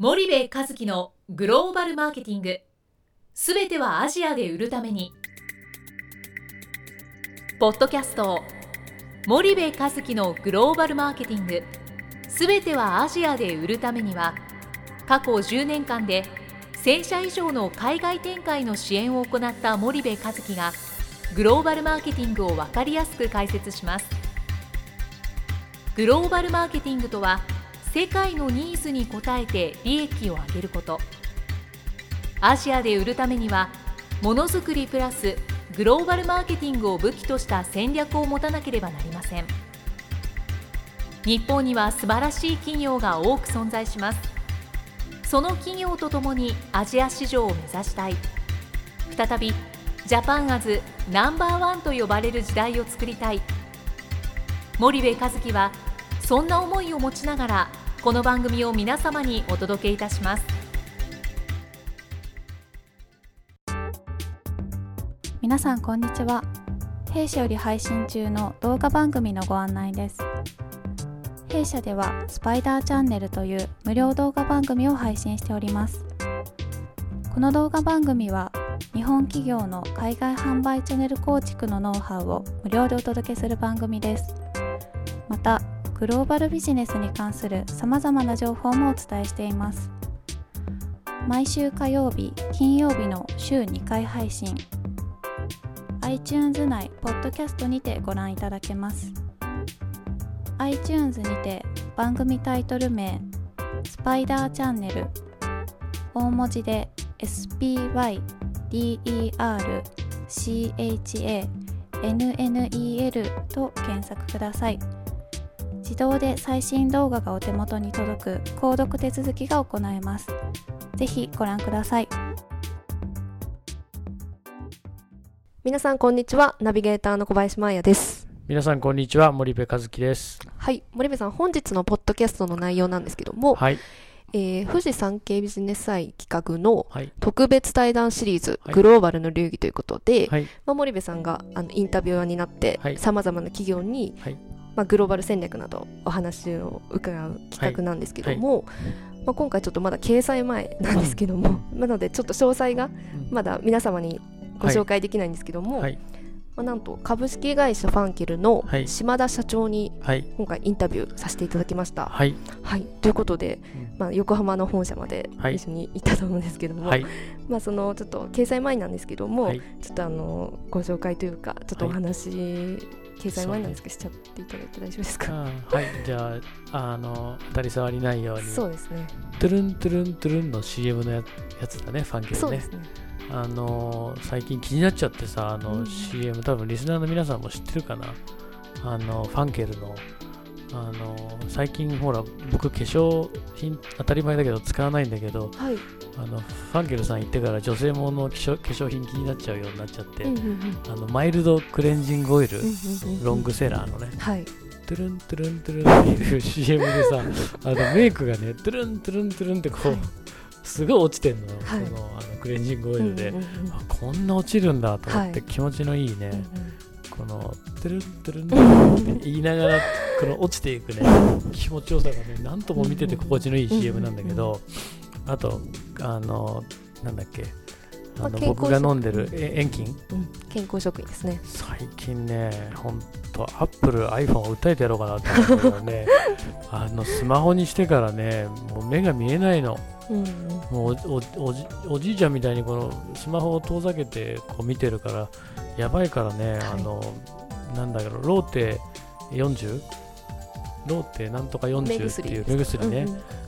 森部一樹のグローバルマーケティング、すべてはアジアで売るために。ポッドキャスト森部一樹のグローバルマーケティング、すべてはアジアで売るためには、過去10年間で1000社以上の海外展開の支援を行った森部一樹がグローバルマーケティングを分かりやすく解説します。グローバルマーケティングとは、世界のニーズに応えて利益を上げること。アジアで売るためには、ものづくりプラスグローバルマーケティングを武器とした戦略を持たなければなりません。日本には素晴らしい企業が多く存在します。その企業とともにアジア市場を目指したい。再びジャパンアズナンバーワンと呼ばれる時代を作りたい。森部一樹はそんな思いを持ちながら、この番組を皆様にお届けいたします。 皆さんこんにちは。弊社より配信中の動画番組のご案内です。弊社ではスパイダーチャンネルという無料動画番組を配信しております。この動画番組は日本企業の海外販売チャンネル構築のノウハウを無料でお届けする番組です。またグローバルビジネスに関するさまざまな情報もお伝えしています。毎週火曜日、金曜日の週2回配信。iTunes 内ポッドキャストにてご覧いただけます。iTunes にて番組タイトル名スパイダーチャンネル、大文字で SPYDERCHANNEL と検索ください。自動で最新動画がお手元に届く購読手続きが行えます。ぜひご覧ください。 皆さんこんにちは。ナビゲーターの小林真彩です。 皆さんこんにちは。森部一樹です。 はい、森部さん、本日のポッドキャストの内容なんですけども、 はい、 富士山系ビジネス祭企画のはい、 特別対談シリーズ、 はい、 グローバルの流儀ということで、 はい、 森部さんがインタビュアーになってさまざまな企業に、 はい、 グローバル戦略などお話を伺う企画なんですけども、今回ちょっとまだ掲載前なんですけども、なのでちょっと詳細がまだ皆様にご紹介できないんですけども、なんと株式会社ファンケルの島田社長に今回インタビューさせていただきました。はい、ということで、横浜の本社まで一緒に行ったと思うんですけども、そのちょっと掲載前なんですけども、ちょっとご紹介というかちょっとお話、掲載前なんですけどしちゃっていただいて大丈夫ですか？ はい、じゃあ当たり障りないように。 そうですね。 トゥルントゥルントゥルンの CM のやつだね、ファンケルね。 そうですね。 最近気になっちゃってさ、CM 多分リスナーの皆さんも知ってるかな。ファンケルの最近ほら僕化粧品当たり前だけど使わないんだけど、ファンケルさん行ってから女性もの化粧品気になっちゃうようになっちゃって、マイルドクレンジングオイル、ロングセラーのね、トゥルントゥルントゥルンっていう CM でさ、メイクがねトゥルントゥルントゥルンってこう、すごい落ちてんのよ、そのクレンジングオイルで、こんな落ちるんだと思って気持ちのいいね、このトゥルントゥルントゥルンって言いながらこの落ちていくね気持ちよさがね、なんとも見てて心地のいい CM なんだけど、あとなんだっけ、僕が飲んでる遠近、 健康食品ですね。 最近ね、ほんとアップル iPhone を訴えてやろうかなと思うけどねスマホにしてからね、もう目が見えないの。もうおじいちゃんみたいにこのスマホを遠ざけてこう見てるからやばいからね、なんだろう、ローテ40、ローテなんとか40っていう目薬ね、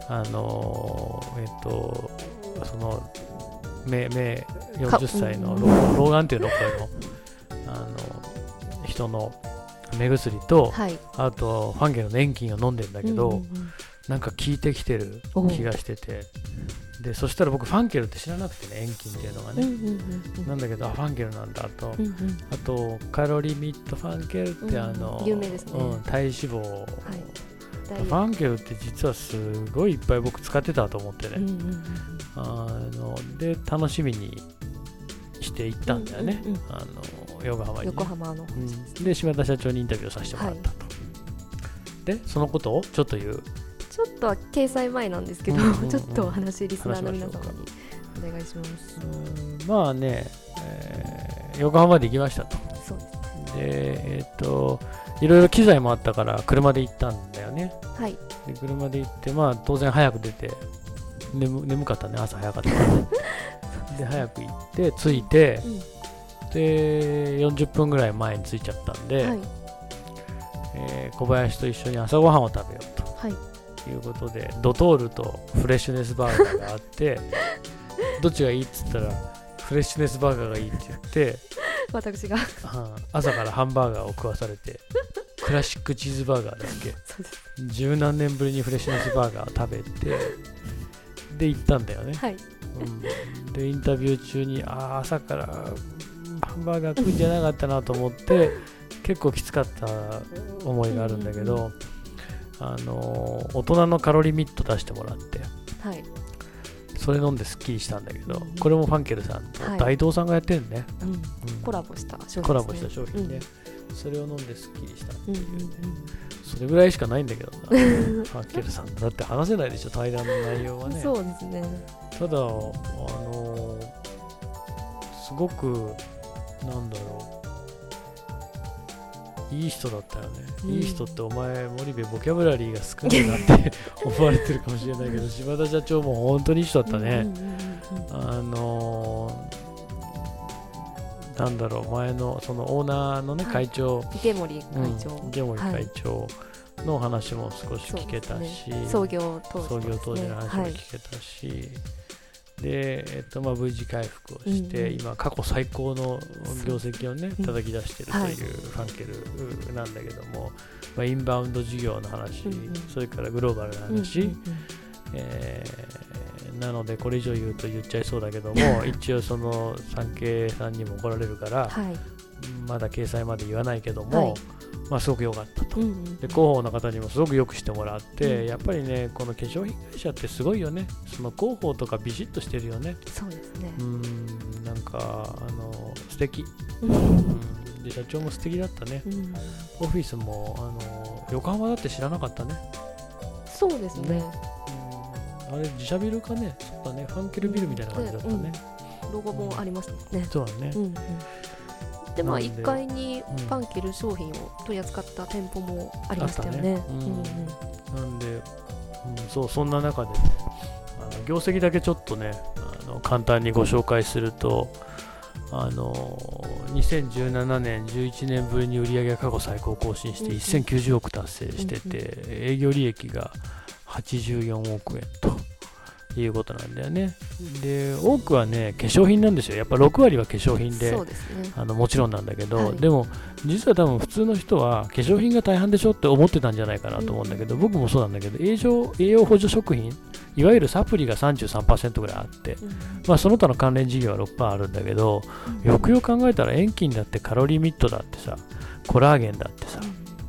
その目40歳の老眼っていうの、これの人の目薬と、あとファンケルの遠近を飲んでるんだけど、なんか効いてきてる気がしてて、でそしたら僕ファンケルって知らなくてね、遠近っていうのがね、なんだけどファンケルなんだと、あとカロリミットファンケルって有名ですね、 体脂肪、ファンケルって実はすごいいっぱい僕使ってたと思ってね、で楽しみにして行ったんだよね、横浜にね、で島田社長にインタビューさせてもらったと、でそのことをちょっと言う。 ちょっとは掲載前なんですけど、ちょっとお話リスナーの皆様にお願いします。 まあね、横浜まで行きましたと。 そうですで、いろいろ機材もあったから車で行ったんだよね。 はい。 で車で行って、まあ当然早く出て、眠かったね、朝早かったからね。で早く行って着いて、で40分ぐらい前に着いちゃったんで、 はい、 小林と一緒に朝ごはんを食べようと、 はい、 いうことでドトールとフレッシュネスバーガーがあってどっちがいいっつったらフレッシュネスバーガーがいいって言って私が朝からハンバーガーを食わされてクラシックチーズバーガーだっけ十何年ぶりにフレッシュネスバーガーを食べてで行ったんだよね、 はい、 でインタビュー中に朝からハンバーガー食うんじゃなかったなと思って結構きつかった思いがあるんだけど、大人のカロリーミット出してもらって、 はい、 それ飲んですっきりしたんだけど、これもファンケルさんと大東さんがやってるね、 コラボした商品ですね。 コラボした商品ね、それを飲んですっきりしたっていうね、それぐらいしかないんだけどなファンケルさんだって話せないでしょ、対談の内容はね。 そうですね。 ただすごくなんだろう、いい人だったよね、いい人ってお前森部ボキャブラリーが少ないなって思われてるかもしれないけど島田社長も本当にいい人だったね。なんだろう、前のそのオーナーのね、会長池森会長の話も少し聞けたし、 創業当時の話も聞けたし、で、V 字回復をして、今過去最高の業績をね叩き出しているというファンケルなんだけども、インバウンド事業の話、それからグローバルな話、なのでこれ以上言うと言っちゃいそうだけども一応その産経さんにも怒られるから、まだ掲載まで言わないけども、すごく良かったと、で広報の方にもすごくよくしてもらって、やっぱりねこの化粧品会社ってすごいよね。その広報とかビシッとしてるよね。 そうですね。 なんか素敵、で社長も素敵だったね、オフィスも横浜だって知らなかったね。 そうですね。 あれ自社ビルかね。そうだね、ファンケルビルみたいな感じだったね。 ロゴもありますね。 そうだね。 で1階にファンケル商品を取り扱った店舗もありましたよね。 なんで、そんな中でね、業績だけちょっとね簡単にご紹介すると、2017年11年ぶりに売上が過去最高更新して1090億達成してて、営業利益が84億円ということなんだよね。で多くはね化粧品なんですよ。やっぱ6割は化粧品で、もちろんなんだけど、でも実は多分普通の人は化粧品が大半でしょって思ってたんじゃないかなと思うんだけど、僕もそうなんだけど、栄養補助食品、いわゆるサプリが 33% ぐらいあって、その他の関連事業は 6% あるんだけど、よくよく考えたら塩基だってカロリーミットだってさ、コラーゲンだってさ、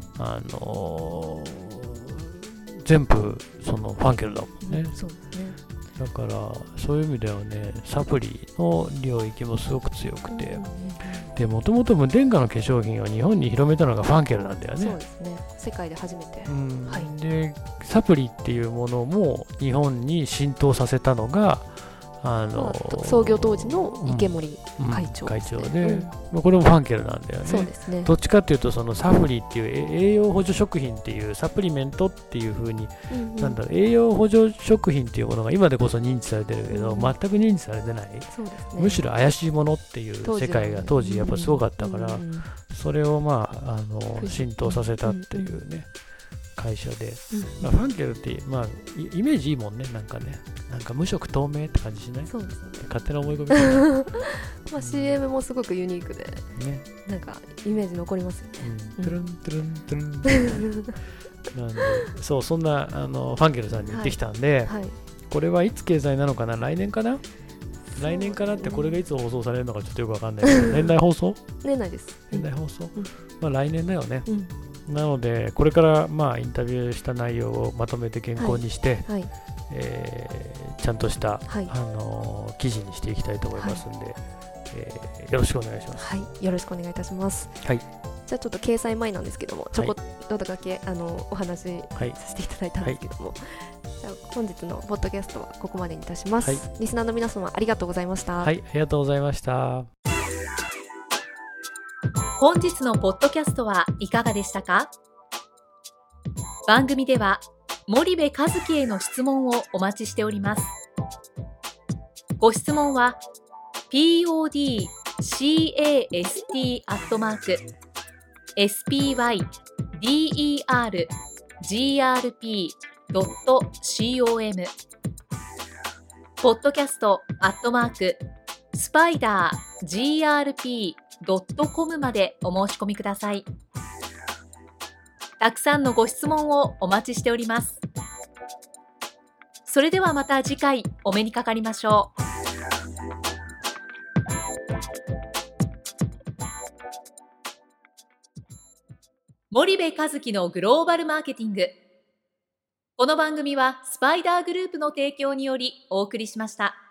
全部そのファンケルだもんね。 そうですね。 だからそういう意味ではね、サプリの領域もすごく強くて、でもともと無添加の化粧品を日本に広めたのがファンケルなんだよね。 そうですね。世界で初めて。 でサプリっていうものも日本に浸透させたのが創業当時の池森会長で、これもファンケルなんだよね。 そうですね。 どっちかっていうとそのサプリっていう栄養補助食品っていうサプリメントっていう風に、なんだろう、栄養補助食品っていうものが今でこそ認知されてるけど、全く認知されてない。 そうですね。 むしろ怪しいものっていう世界が当時やっぱすごかったから、それを浸透させたっていうね。会社で、ファンケルって、イメージいいもんね。なんか無色透明って感じしない？ そうですね。 勝手な思い込み CM もすごくユニークで、なんかイメージ残りますよね。 トゥルントゥルントゥルンなんで、そんなファンケルさんに行ってきたんで、これはいつ掲載なのかな？来年かな？来年かなってこれがいつ放送されるのかちょっとよくわかんないけど、年内放送？ 年内です。 年内放送？来年だよね。なのでこれからインタビューした内容をまとめて原稿にして、ちゃんとした、記事にしていきたいと思いますので、よろしくお願いします。 よろしくお願いいたします。 じゃあちょっと掲載前なんですけども、ちょこっとだけお話しさせていただいたんですけども、じゃあ本日のポッドキャストはここまでにいたします。リスナーの皆様ありがとうございました。 はい、ありがとうございました。 本日のポッドキャストはいかがでしたか？番組では森部一樹への質問をお待ちしております。ご質問は podcast@spydergrp.com podcast@spidergrp.com までお申し込みください。たくさんのご質問をお待ちしております。それではまた次回お目にかかりましょう。森部一樹のグローバルマーケティング。この番組はスパイダーグループの提供によりお送りしました。